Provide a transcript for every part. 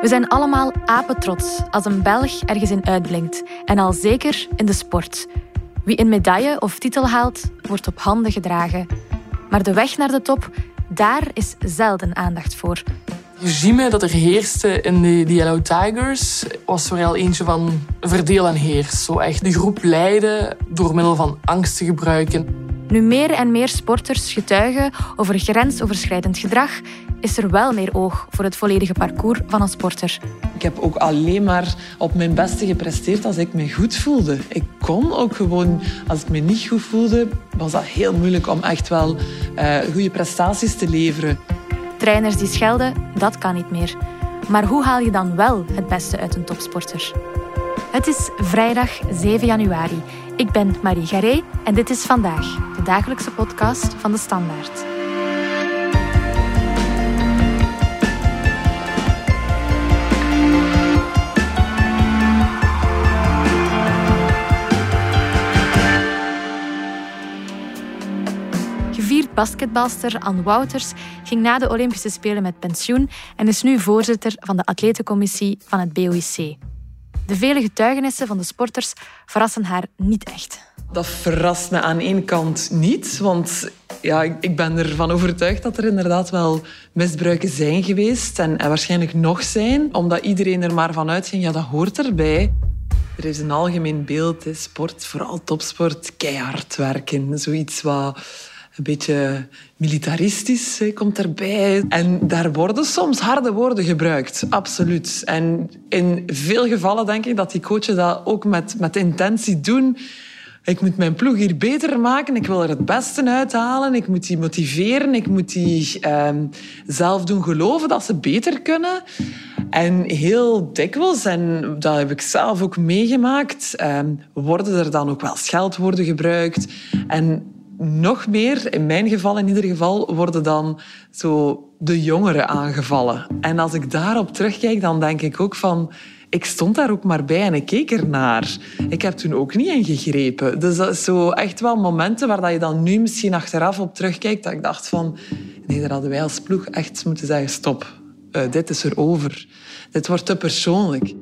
We zijn allemaal apetrots als een Belg ergens in uitblinkt. En al zeker in de sport. Wie een medaille of titel haalt, wordt op handen gedragen. Maar de weg naar de top, daar is zelden aandacht voor. Het regime dat er heerste in de Yellow Tigers was vooral eentje van verdeel en heers. Zo echt de groep leiden door middel van angst te gebruiken. Nu meer en meer sporters getuigen over grensoverschrijdend gedrag, is er wel meer oog voor het volledige parcours van een sporter. Ik heb ook alleen maar op mijn beste gepresteerd als ik me goed voelde. Ik kon ook gewoon, als ik me niet goed voelde, was dat heel moeilijk om echt wel goede prestaties te leveren. Trainers die schelden, dat kan niet meer. Maar hoe haal je dan wel het beste uit een topsporter? Het is vrijdag 7 januari. Ik ben Marie Garé en dit is Vandaag, de dagelijkse podcast van De Standaard. Gevierd basketbalster Anne Wouters ging na de Olympische Spelen met pensioen en is nu voorzitter van de atletencommissie van het BOIC. De vele getuigenissen van de sporters verrassen haar niet echt. Dat verrast me aan één kant niet, want ja, ik ben ervan overtuigd dat er inderdaad wel misbruiken zijn geweest en waarschijnlijk nog zijn, omdat iedereen er maar van uitging, ja, dat hoort erbij. Er is een algemeen beeld, sport, vooral topsport, keihard werken, zoiets wat een beetje militaristisch komt erbij. En daar worden soms harde woorden gebruikt, absoluut. En in veel gevallen denk ik dat die coaches dat ook met intentie doen. Ik moet mijn ploeg hier beter maken, ik wil er het beste uithalen, ik moet die motiveren, ik moet die zelf doen geloven dat ze beter kunnen. En heel dikwijls, en dat heb ik zelf ook meegemaakt, worden er dan ook wel scheldwoorden gebruikt. En nog meer, in mijn geval in ieder geval, worden dan zo de jongeren aangevallen. En als ik daarop terugkijk, dan denk ik ook van, ik stond daar ook maar bij en ik keek ernaar. Ik heb toen ook niet ingegrepen. Dus dat is zo echt wel momenten waar je dan nu misschien achteraf op terugkijkt, dat ik dacht van, nee, daar hadden wij als ploeg echt moeten zeggen, stop, dit is er over. Dit wordt te persoonlijk.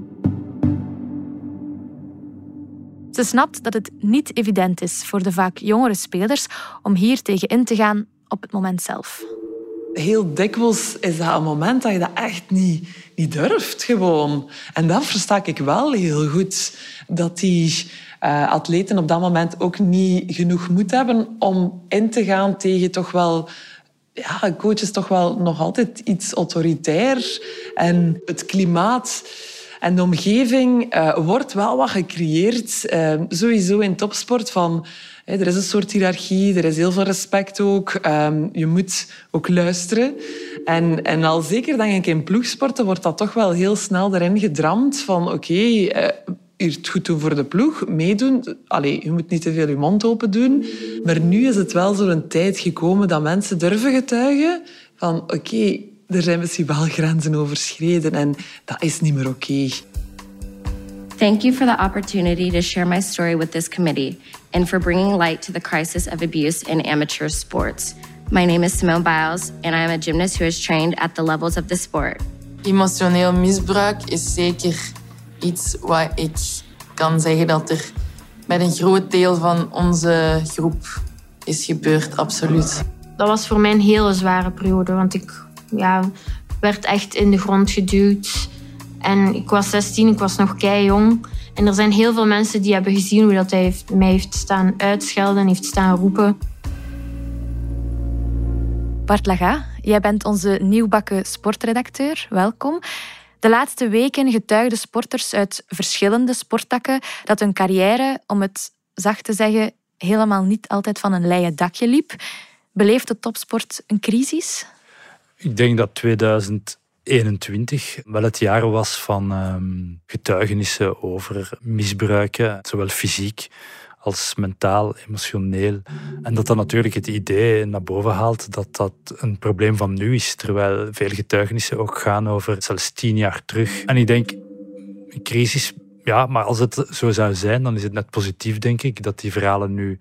Ze snapt dat het niet evident is voor de vaak jongere spelers om hier tegen in te gaan op het moment zelf. Heel dikwijls is dat een moment dat je dat echt niet durft gewoon. En dat versta ik wel heel goed. Dat die atleten op dat moment ook niet genoeg moed hebben om in te gaan tegen toch wel, ja, coaches toch wel nog altijd iets autoritair. En het klimaat en de omgeving wordt wel wat gecreëerd. Sowieso in topsport van, er is een soort hiërarchie, er is heel veel respect ook. Je moet ook luisteren. En al zeker denk ik in ploegsporten wordt dat toch wel heel snel erin gedramd van oké, je het goed doen voor de ploeg, meedoen. Allee, je moet niet te veel je mond open doen. Maar nu is het wel zo'n tijd gekomen dat mensen durven getuigen van oké, er zijn misschien wel grenzen overschreden en dat is niet meer oké. Thank you for the opportunity to share my story with this committee and for bringing light to the crisis of abuse in amateur sports. My name is Simone Biles and I am a gymnast who has trained at the levels of the sport. Emotioneel misbruik is zeker iets wat ik kan zeggen dat er met een groot deel van onze groep is gebeurd, absoluut. Dat was voor mij een hele zware periode, want ik werd echt in de grond geduwd. En ik was 16, ik was nog keijong. En er zijn heel veel mensen die hebben gezien hoe dat hij mij heeft staan uitschelden, heeft staan roepen. Bart Laga, jij bent onze nieuwbakken sportredacteur. Welkom. De laatste weken getuigden sporters uit verschillende sporttakken dat hun carrière, om het zacht te zeggen, helemaal niet altijd van een leien dakje liep. Beleeft de topsport een crisis? Ik denk dat 2021 wel het jaar was van getuigenissen over misbruiken, zowel fysiek als mentaal, emotioneel. En dat dat natuurlijk het idee naar boven haalt dat dat een probleem van nu is, terwijl veel getuigenissen ook gaan over zelfs 10 jaar terug. En ik denk, een crisis, ja, maar als het zo zou zijn, dan is het net positief, denk ik, dat die verhalen nu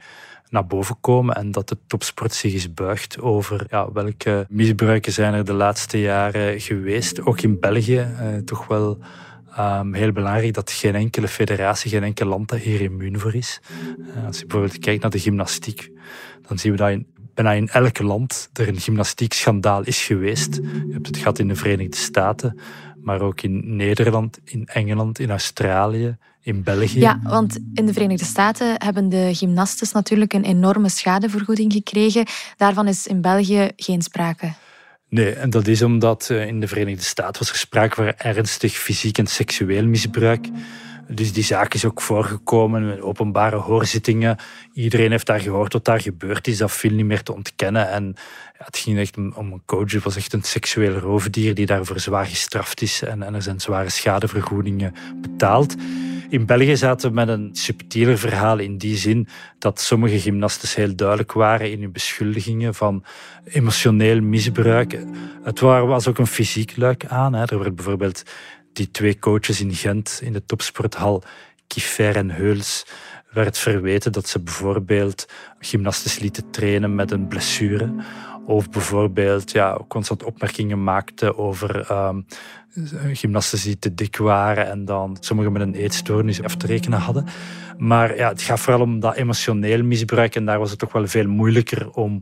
naar boven komen en dat de topsport zich eens buigt over welke misbruiken zijn er de laatste jaren geweest. Ook in België toch wel heel belangrijk dat geen enkele federatie, geen enkel land daar hier immuun voor is. Als je bijvoorbeeld kijkt naar de gymnastiek, dan zien we dat bijna in elk land er een gymnastiekschandaal is geweest. Je hebt het gehad in de Verenigde Staten, maar ook in Nederland, in Engeland, in Australië, in België. Ja, want in de Verenigde Staten hebben de gymnastes natuurlijk een enorme schadevergoeding gekregen. Daarvan is in België geen sprake. Nee, en dat is omdat in de Verenigde Staten was er sprake van ernstig fysiek en seksueel misbruik. Dus die zaak is ook voorgekomen met openbare hoorzittingen. Iedereen heeft daar gehoord wat daar gebeurd is. Dat viel niet meer te ontkennen. En het ging echt om een coach. Het was echt een seksueel roofdier die daarvoor zwaar gestraft is. En er zijn zware schadevergoedingen betaald. In België zaten we met een subtieler verhaal in die zin dat sommige gymnastes heel duidelijk waren in hun beschuldigingen van emotioneel misbruik. Het was ook een fysiek luik aan. Er werd bijvoorbeeld die 2 coaches in Gent in de topsporthal, Kiefer en Heuls, werd verweten dat ze bijvoorbeeld gymnastes lieten trainen met een blessure. Of bijvoorbeeld constant opmerkingen maakten over gymnastes die te dik waren en dan sommigen met een eetstoornis af te rekenen hadden. Maar het gaat vooral om dat emotioneel misbruik en daar was het toch wel veel moeilijker om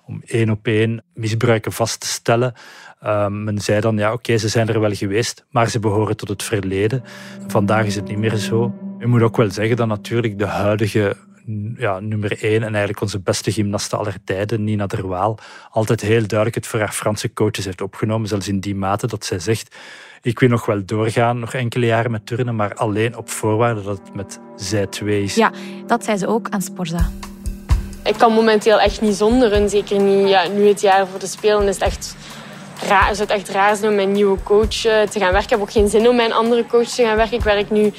1-op-1 misbruiken vast te stellen. Men zei dan, oké, ze zijn er wel geweest, maar ze behoren tot het verleden. Vandaag is het niet meer zo. Je moet ook wel zeggen dat natuurlijk de huidige nummer 1 en eigenlijk onze beste gymnaste aller tijden, Nina de Waal, altijd heel duidelijk het voor haar Franse coaches heeft opgenomen, zelfs in die mate dat zij zegt, ik wil nog wel doorgaan, nog enkele jaren met turnen, maar alleen op voorwaarde dat het met zij 2 is. Ja, dat zei ze ook aan Sporza. Ik kan momenteel echt niet zonder en zeker niet nu het jaar voor de Spelen is het echt raar. Zou het echt raar zijn om met een nieuwe coach te gaan werken. Ik heb ook geen zin om met een andere coach te gaan werken. Ik werk nu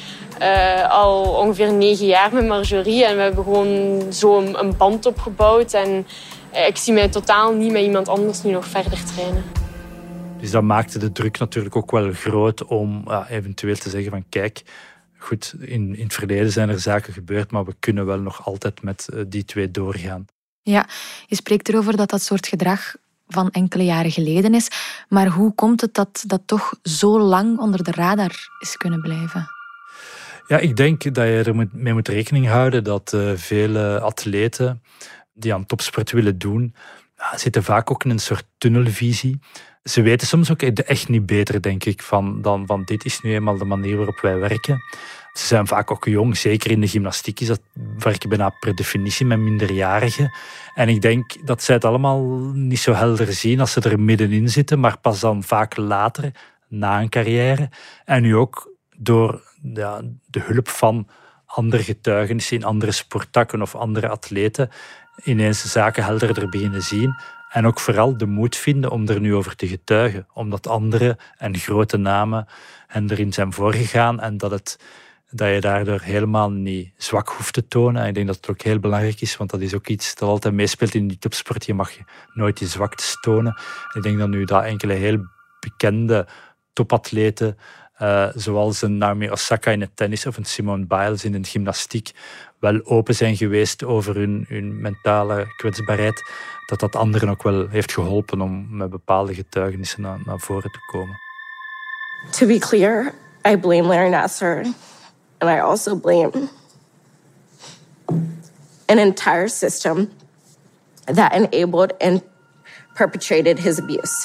al ongeveer 9 jaar met Marjorie en we hebben gewoon zo een band opgebouwd. En ik zie mij totaal niet met iemand anders nu nog verder trainen. Dus dat maakte de druk natuurlijk ook wel groot om eventueel te zeggen van kijk, goed, in het verleden zijn er zaken gebeurd, maar we kunnen wel nog altijd met die 2 doorgaan. Ja, je spreekt erover dat dat soort gedrag van enkele jaren geleden is. Maar hoe komt het dat dat toch zo lang onder de radar is kunnen blijven? Ja, ik denk dat je er mee moet rekening houden dat vele atleten die aan topsport willen doen, zitten vaak ook in een soort tunnelvisie. Ze weten soms ook echt niet beter, denk ik, van dit is nu eenmaal de manier waarop wij werken. Ze zijn vaak ook jong, zeker in de gymnastiek is dat werken bijna per definitie met minderjarigen. En ik denk dat zij het allemaal niet zo helder zien als ze er middenin zitten, maar pas dan vaak later, na een carrière. En nu ook door de hulp van andere getuigenissen in andere sporttakken of andere atleten ineens de zaken helderder beginnen zien. En ook vooral de moed vinden om er nu over te getuigen. Omdat andere en grote namen hen erin zijn voorgegaan en dat je daardoor helemaal niet zwak hoeft te tonen. En ik denk dat het ook heel belangrijk is, want dat is ook iets dat altijd meespeelt in die topsport. Je mag nooit je zwaktes tonen. Ik denk dat nu dat enkele heel bekende topatleten, zoals een Naomi Osaka in het tennis of een Simone Biles in de gymnastiek, wel open zijn geweest over hun mentale kwetsbaarheid, dat anderen ook wel heeft geholpen om met bepaalde getuigenissen naar voren te komen. To be clear, I blame Larry Nassar. And I also blame an entire system that enabled and perpetrated his abuse.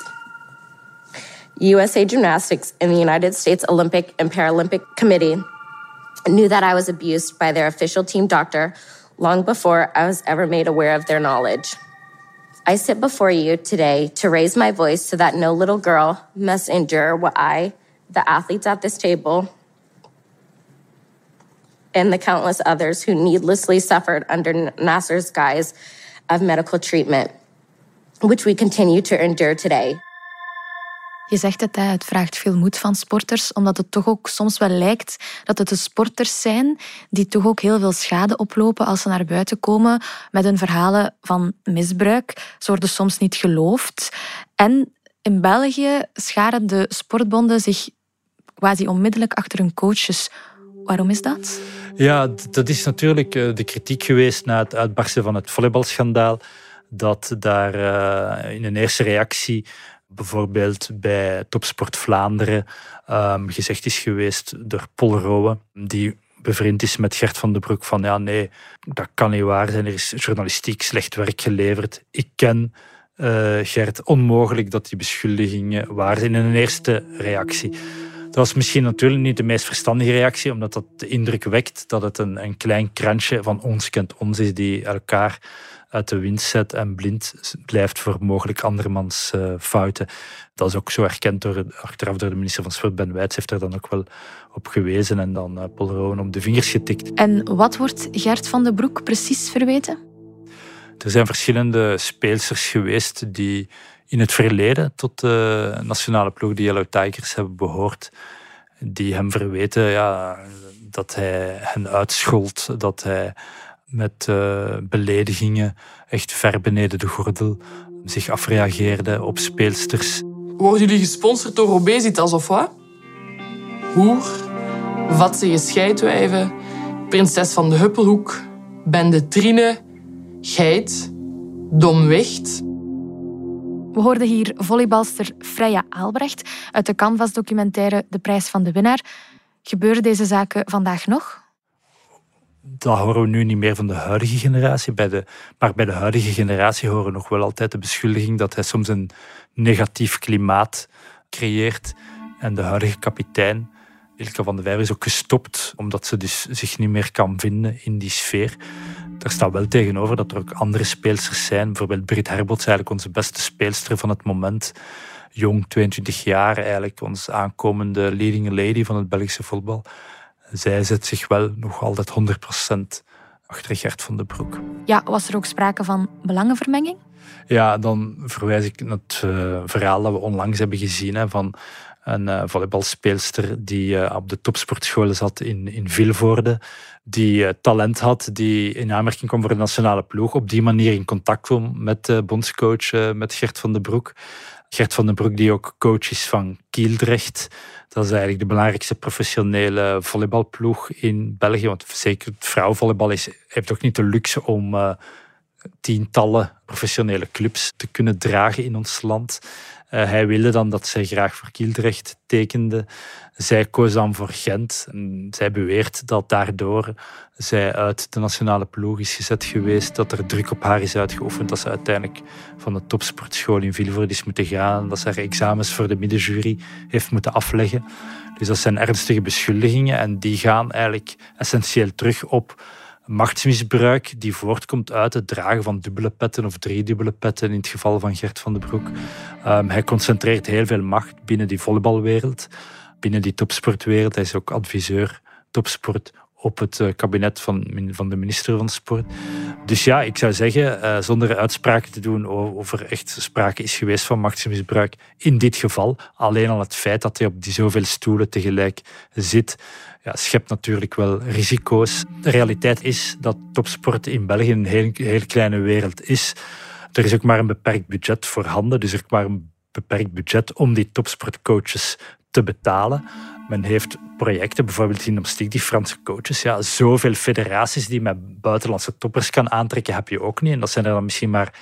USA Gymnastics and the United States Olympic and Paralympic Committee knew that I was abused by their official team doctor long before I was ever made aware of their knowledge. I sit before you today to raise my voice so that no little girl must endure what I, the athletes at this table, and the countless others who needlessly suffered under Nassar's guise of medical treatment, which we continue to endure today. Je zegt het vraagt veel moed van sporters, omdat het toch ook soms wel lijkt dat het de sporters zijn die toch ook heel veel schade oplopen als ze naar buiten komen met hun verhalen van misbruik. Ze worden soms niet geloofd. En in België scharen de sportbonden zich quasi onmiddellijk achter hun coaches. Waarom is dat? Ja, dat is natuurlijk de kritiek geweest na het uitbarsten van het volleybalschandaal. Dat daar in een eerste reactie, bijvoorbeeld bij Topsport Vlaanderen, gezegd is geweest door Paul Rouwe, die bevriend is met Gert van den Broek, van ja, nee, dat kan niet waar zijn. Er is journalistiek slecht werk geleverd. Ik ken Gert, onmogelijk dat die beschuldigingen waar zijn in een eerste reactie. Dat was misschien natuurlijk niet de meest verstandige reactie, omdat dat de indruk wekt dat het een klein krantje van ons kent ons is die elkaar uit de wind zet en blind blijft voor mogelijk andermans fouten. Dat is ook zo erkend achteraf door de minister van Sport, Ben Wijts, heeft er dan ook wel op gewezen en dan Paul Rouwe op de vingers getikt. En wat wordt Gert van den Broek precies verweten? Er zijn verschillende speelsters geweest die in het verleden tot de nationale ploeg, de Yellow Tigers, hebben behoord. Die hem verweten dat hij hen uitschold, dat hij met beledigingen echt ver beneden de gordel zich afreageerde op speelsters. Worden jullie gesponsord door Obesitas of wat? Hoer, vatsige scheidwijven, prinses van de Huppelhoek, bende Trine, geit, domwicht. We hoorden hier volleybalster Freya Aalbrecht uit de Canvas-documentaire De Prijs van de Winnaar. Gebeuren deze zaken vandaag nog? Dat horen we nu niet meer van de huidige generatie. Maar bij de huidige generatie horen we nog wel altijd de beschuldiging dat hij soms een negatief klimaat creëert. En de huidige kapitein, Ilka van der Vijver, is ook gestopt omdat ze dus zich niet meer kan vinden in die sfeer. Er staat wel tegenover dat er ook andere speelsters zijn. Bijvoorbeeld Brit Herbots, eigenlijk onze beste speelster van het moment. Jong, 22 jaar, eigenlijk onze aankomende leading lady van het Belgische voetbal. Zij zet zich wel nog altijd 100% achter Gert van den Broek. Ja, was er ook sprake van belangenvermenging? Ja, dan verwijs ik naar het verhaal dat we onlangs hebben gezien van een volleybalspeelster die op de topsportscholen zat in Vilvoorde, die talent had, die in aanmerking kwam voor de nationale ploeg, op die manier in contact kwam met de bondscoach, met Gert van den Broek. Gert van den Broek, die ook coach is van Kieldrecht. Dat is eigenlijk de belangrijkste professionele volleybalploeg in België. Want zeker het vrouwenvolleybal heeft ook niet de luxe om tientallen professionele clubs te kunnen dragen in ons land. Hij wilde dan dat zij graag voor Kieldrecht tekende. Zij koos dan voor Gent. En zij beweert dat daardoor zij uit de nationale ploeg is gezet geweest, dat er druk op haar is uitgeoefend, dat ze uiteindelijk van de topsportschool in Vilvoorde is moeten gaan, dat ze haar examens voor de middenjury heeft moeten afleggen. Dus dat zijn ernstige beschuldigingen en die gaan eigenlijk essentieel terug op machtsmisbruik die voortkomt uit het dragen van dubbele petten of driedubbele petten in het geval van Gert van den Broek. Hij concentreert heel veel macht binnen die volleybalwereld, binnen die topsportwereld. Hij is ook adviseur topsport op het kabinet van de minister van Sport. Dus ja, ik zou zeggen, zonder uitspraken te doen over echt sprake is geweest van machtsmisbruik, in dit geval, alleen al het feit dat hij op die zoveel stoelen tegelijk zit, schept natuurlijk wel risico's. De realiteit is dat topsport in België een heel kleine wereld is. Er is ook maar een beperkt budget voorhanden, dus er is maar een beperkt budget om die topsportcoaches te betalen. Men heeft projecten, bijvoorbeeld in gymnastiek, die Franse coaches. Ja, zoveel federaties die met buitenlandse toppers kan aantrekken, heb je ook niet. En dat zijn er dan misschien maar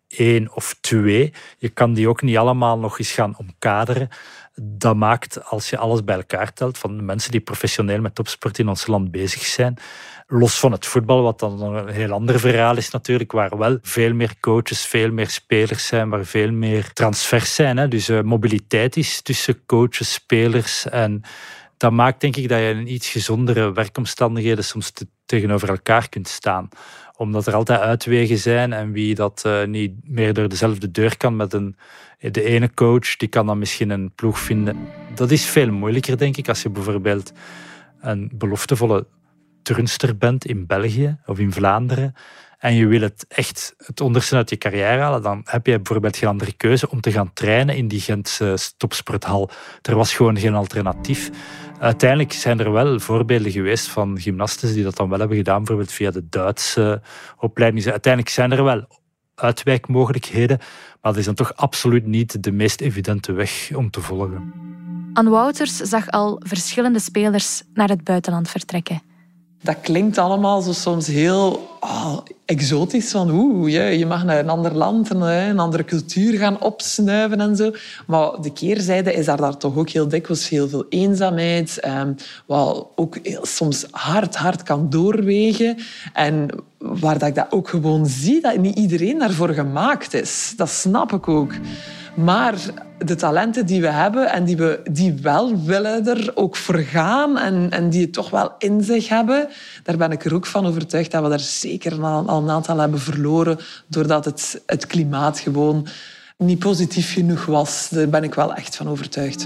1 of 2. Je kan die ook niet allemaal nog eens gaan omkaderen. Dat maakt, als je alles bij elkaar telt, van de mensen die professioneel met topsport in ons land bezig zijn, los van het voetbal, wat dan een heel ander verhaal is natuurlijk, waar wel veel meer coaches, veel meer spelers zijn, waar veel meer transfers zijn. Hè? Dus mobiliteit is tussen coaches, spelers. En dat maakt denk ik dat je in iets gezondere werkomstandigheden soms tegenover elkaar kunt staan. Omdat er altijd uitwegen zijn en wie dat niet meer door dezelfde deur kan met de ene coach, die kan dan misschien een ploeg vinden. Dat is veel moeilijker, denk ik, als je bijvoorbeeld een beloftevolle turnster bent in België of in Vlaanderen en je wil het onderste uit je carrière halen, dan heb je bijvoorbeeld geen andere keuze om te gaan trainen in die Gentse topsporthal. Er was gewoon geen alternatief. Uiteindelijk zijn er wel voorbeelden geweest van gymnasten die dat dan wel hebben gedaan, bijvoorbeeld via de Duitse opleiding. Dus uiteindelijk zijn er wel uitwijkmogelijkheden, maar dat is dan toch absoluut niet de meest evidente weg om te volgen. Anne Wouters zag al verschillende spelers naar het buitenland vertrekken. Dat klinkt allemaal zo soms heel exotisch. Van je mag naar een ander land, een andere cultuur gaan opsnuiven en zo. Maar de keerzijde is daar toch ook heel dikwijls heel veel eenzaamheid. Wat ook soms hard kan doorwegen. En waar dat ik dat ook gewoon zie, dat niet iedereen daarvoor gemaakt is. Dat snap ik ook. Maar de talenten die we hebben en die wel willen er ook voor gaan en die het toch wel in zich hebben, daar ben ik er ook van overtuigd dat we daar zeker al een aantal hebben verloren doordat het klimaat gewoon niet positief genoeg was. Daar ben ik wel echt van overtuigd.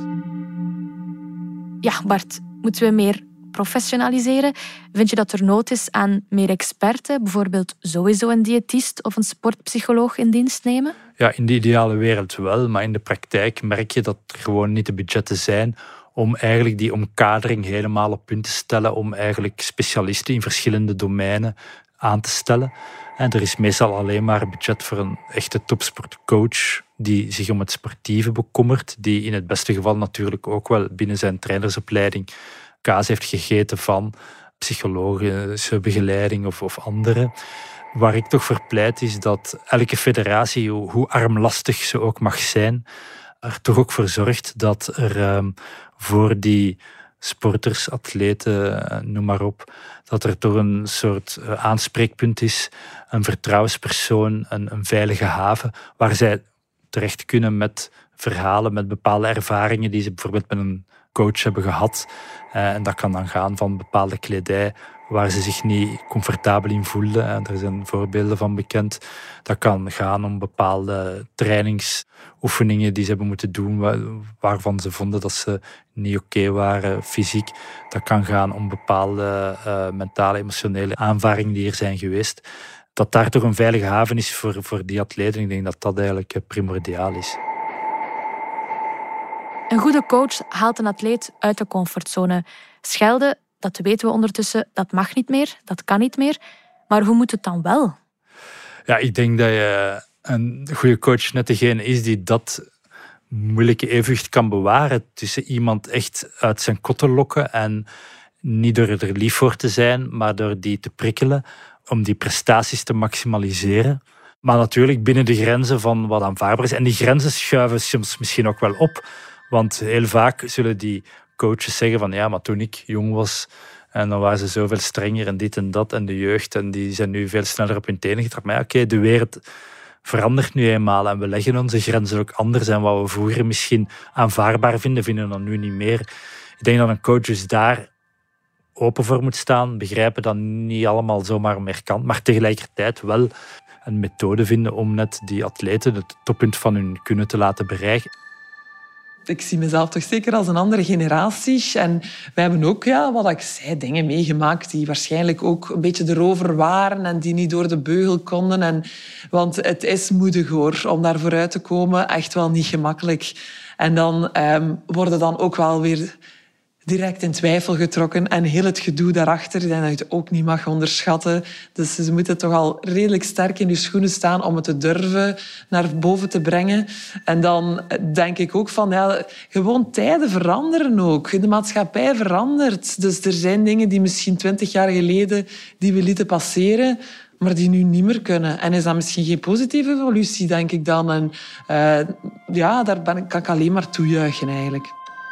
Ja, Bart, moeten we meer professionaliseren? Vind je dat er nood is aan meer experten? Bijvoorbeeld sowieso een diëtist of een sportpsycholoog in dienst nemen? Ja, in de ideale wereld wel, maar in de praktijk merk je dat er gewoon niet de budgetten zijn om eigenlijk die omkadering helemaal op punt te stellen, om eigenlijk specialisten in verschillende domeinen aan te stellen. En er is meestal alleen maar budget voor een echte topsportcoach die zich om het sportieve bekommert, die in het beste geval natuurlijk ook wel binnen zijn trainersopleiding kaas heeft gegeten van psychologische begeleiding of andere. Waar ik toch voor pleit is dat elke federatie, hoe armlastig ze ook mag zijn, er toch ook voor zorgt dat er voor die sporters, atleten, noem maar op, dat er toch een soort aanspreekpunt is, een vertrouwenspersoon, een veilige haven, waar zij terecht kunnen met verhalen, met bepaalde ervaringen die ze bijvoorbeeld met een coach hebben gehad. En dat kan dan gaan van bepaalde kledij waar ze zich niet comfortabel in voelden. Er zijn voorbeelden van bekend. Dat kan gaan om bepaalde trainingsoefeningen die ze hebben moeten doen, waarvan ze vonden dat ze niet oké waren fysiek. Dat kan gaan om bepaalde mentale, emotionele aanvaringen die er zijn geweest. Dat daar toch een veilige haven is voor die atleten. Ik denk dat dat eigenlijk primordiaal is. Een goede coach haalt een atleet uit de comfortzone. Schelden, dat weten we ondertussen, dat mag niet meer, dat kan niet meer. Maar hoe moet het dan wel? Ja, ik denk dat je een goede coach net degene is die dat moeilijke evenwicht kan bewaren tussen iemand echt uit zijn kot te lokken en niet door er lief voor te zijn, maar door die te prikkelen om die prestaties te maximaliseren. Maar natuurlijk binnen de grenzen van wat aanvaardbaar is. En die grenzen schuiven soms misschien ook wel op. Want heel vaak zullen die coaches zeggen van ja, maar toen ik jong was en dan waren ze zoveel strenger en dit en dat en de jeugd en die zijn nu veel sneller op hun tenen getrapt. Maar ja, oké, de wereld verandert nu eenmaal en we leggen onze grenzen ook anders en wat we vroeger misschien aanvaardbaar vinden we dan nu niet meer. Ik denk dat een coach dus daar open voor moet staan, begrijpen dat niet allemaal zomaar meer kan, maar tegelijkertijd wel een methode vinden om net die atleten het toppunt van hun kunnen te laten bereiken. Ik zie mezelf toch zeker als een andere generatie. En wij hebben ook, wat ik zei, dingen meegemaakt die waarschijnlijk ook een beetje erover waren en die niet door de beugel konden. Want het is moedig hoor, om daar vooruit te komen. Echt wel niet gemakkelijk. En dan worden dan ook wel weer direct in twijfel getrokken. En heel het gedoe daarachter, ik denk dat je het ook niet mag onderschatten. Dus ze moeten toch al redelijk sterk in je schoenen staan om het te durven naar boven te brengen. En dan denk ik ook van, gewoon tijden veranderen ook. De maatschappij verandert. Dus er zijn dingen die misschien 20 jaar geleden die we lieten passeren, maar die nu niet meer kunnen. En is dat misschien geen positieve evolutie, denk ik dan. En daar kan ik alleen maar toejuichen eigenlijk.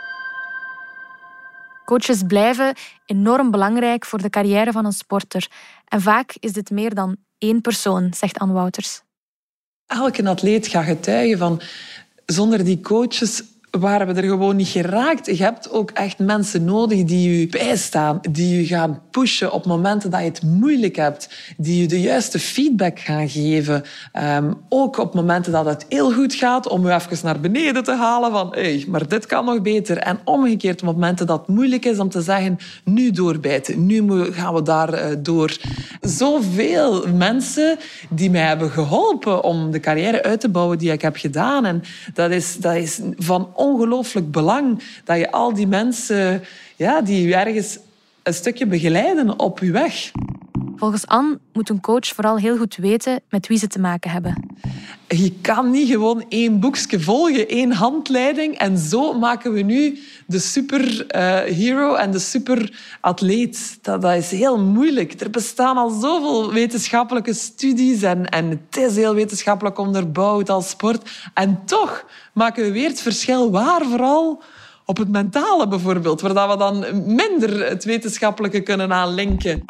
Coaches blijven enorm belangrijk voor de carrière van een sporter. En vaak is dit meer dan één persoon, zegt Anne Wouters. Elke atleet gaat getuigen van, zonder die coaches waren we er gewoon niet geraakt. Je hebt ook echt mensen nodig die je bijstaan, die je gaan pushen op momenten dat je het moeilijk hebt, die je de juiste feedback gaan geven. Ook op momenten dat het heel goed gaat, om je even naar beneden te halen van maar dit kan nog beter. En omgekeerd op momenten dat het moeilijk is om te zeggen, nu doorbijten, nu gaan we daar door. Zoveel mensen die mij hebben geholpen om de carrière uit te bouwen die ik heb gedaan. En dat is van ongelooflijk belang dat je al die mensen die je ergens een stukje begeleiden op je weg. Volgens Anne moet een coach vooral heel goed weten met wie ze te maken hebben. Je kan niet gewoon 1 boekje volgen, 1 handleiding en zo maken we nu de superhero en de superatleet. Dat is heel moeilijk. Er bestaan al zoveel wetenschappelijke studies en het is heel wetenschappelijk onderbouwd als sport. En toch maken we weer het verschil waar vooral op het mentale bijvoorbeeld, waar we dan minder het wetenschappelijke kunnen aanlinken.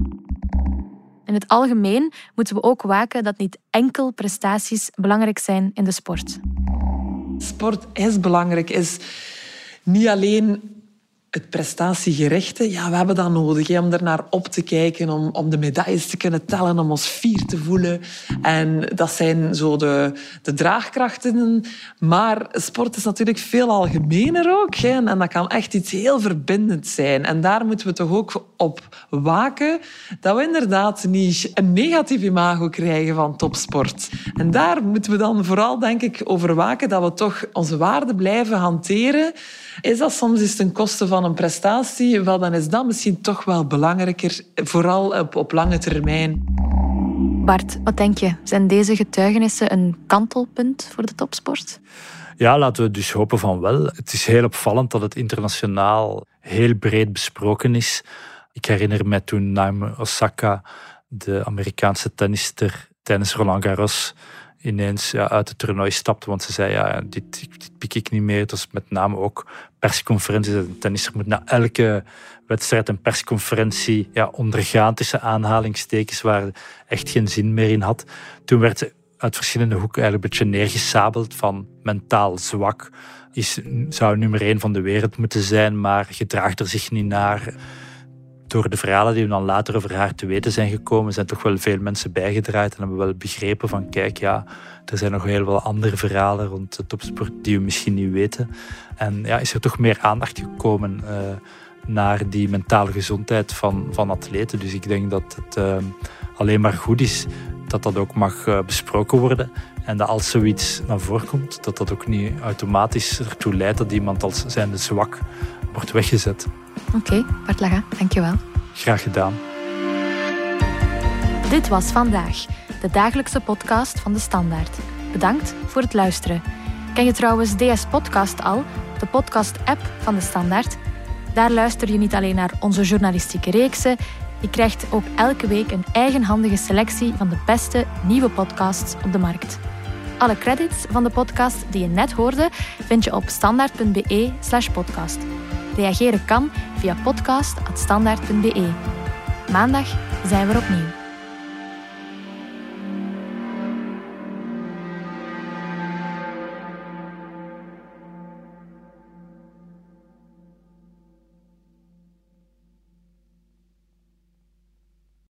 In het algemeen moeten we ook waken dat niet enkel prestaties belangrijk zijn in de sport. Sport is belangrijk, is niet alleen het prestatiegerichte. Ja, we hebben dat nodig om er naar op te kijken, om de medailles te kunnen tellen, om ons fier te voelen. En dat zijn zo de draagkrachten. Maar sport is natuurlijk veel algemener ook. En dat kan echt iets heel verbindend zijn. En daar moeten we toch ook op waken dat we inderdaad niet een negatief imago krijgen van topsport. En daar moeten we dan vooral, denk ik, over waken dat we toch onze waarden blijven hanteren. Is dat soms eens ten koste van een prestatie? Wel, dan is dat misschien toch wel belangrijker, vooral op lange termijn. Bart, wat denk je? Zijn deze getuigenissen een kantelpunt voor de topsport? Ja, laten we dus hopen van wel. Het is heel opvallend dat het internationaal heel breed besproken is. Ik herinner me toen Naomi Osaka, de Amerikaanse tennister, tijdens Roland Garros ineens uit het toernooi stapte, want ze zei, dit pik ik niet meer. Het was met name ook persconferenties. Een tennisser moet na elke wedstrijd een persconferentie ondergaan tussen aanhalingstekens waar echt geen zin meer in had. Toen werd ze uit verschillende hoeken eigenlijk een beetje neergesabeld van mentaal zwak. Zou nummer 1 van de wereld moeten zijn, maar gedraagt er zich niet naar. Door de verhalen die we dan later over haar te weten zijn gekomen, zijn toch wel veel mensen bijgedraaid en hebben wel begrepen van kijk, er zijn nog heel veel andere verhalen rond de topsport die we misschien niet weten. En is er toch meer aandacht gekomen naar die mentale gezondheid van atleten. Dus ik denk dat het alleen maar goed is dat dat ook mag besproken worden. En dat als zoiets naar voren komt, dat dat ook niet automatisch ertoe leidt dat iemand als zijnde zwak wordt weggezet. Oké, Bart Laga, dankjewel. Graag gedaan. Dit was Vandaag, de dagelijkse podcast van De Standaard. Bedankt voor het luisteren. Ken je trouwens DS Podcast al, de podcast-app van De Standaard? Daar luister je niet alleen naar onze journalistieke reeksen, je krijgt ook elke week een eigenhandige selectie van de beste nieuwe podcasts op de markt. Alle credits van de podcast die je net hoorde vind je op standaard.be/podcast. Reageren kan via podcast@standaard.be. Maandag zijn we er opnieuw.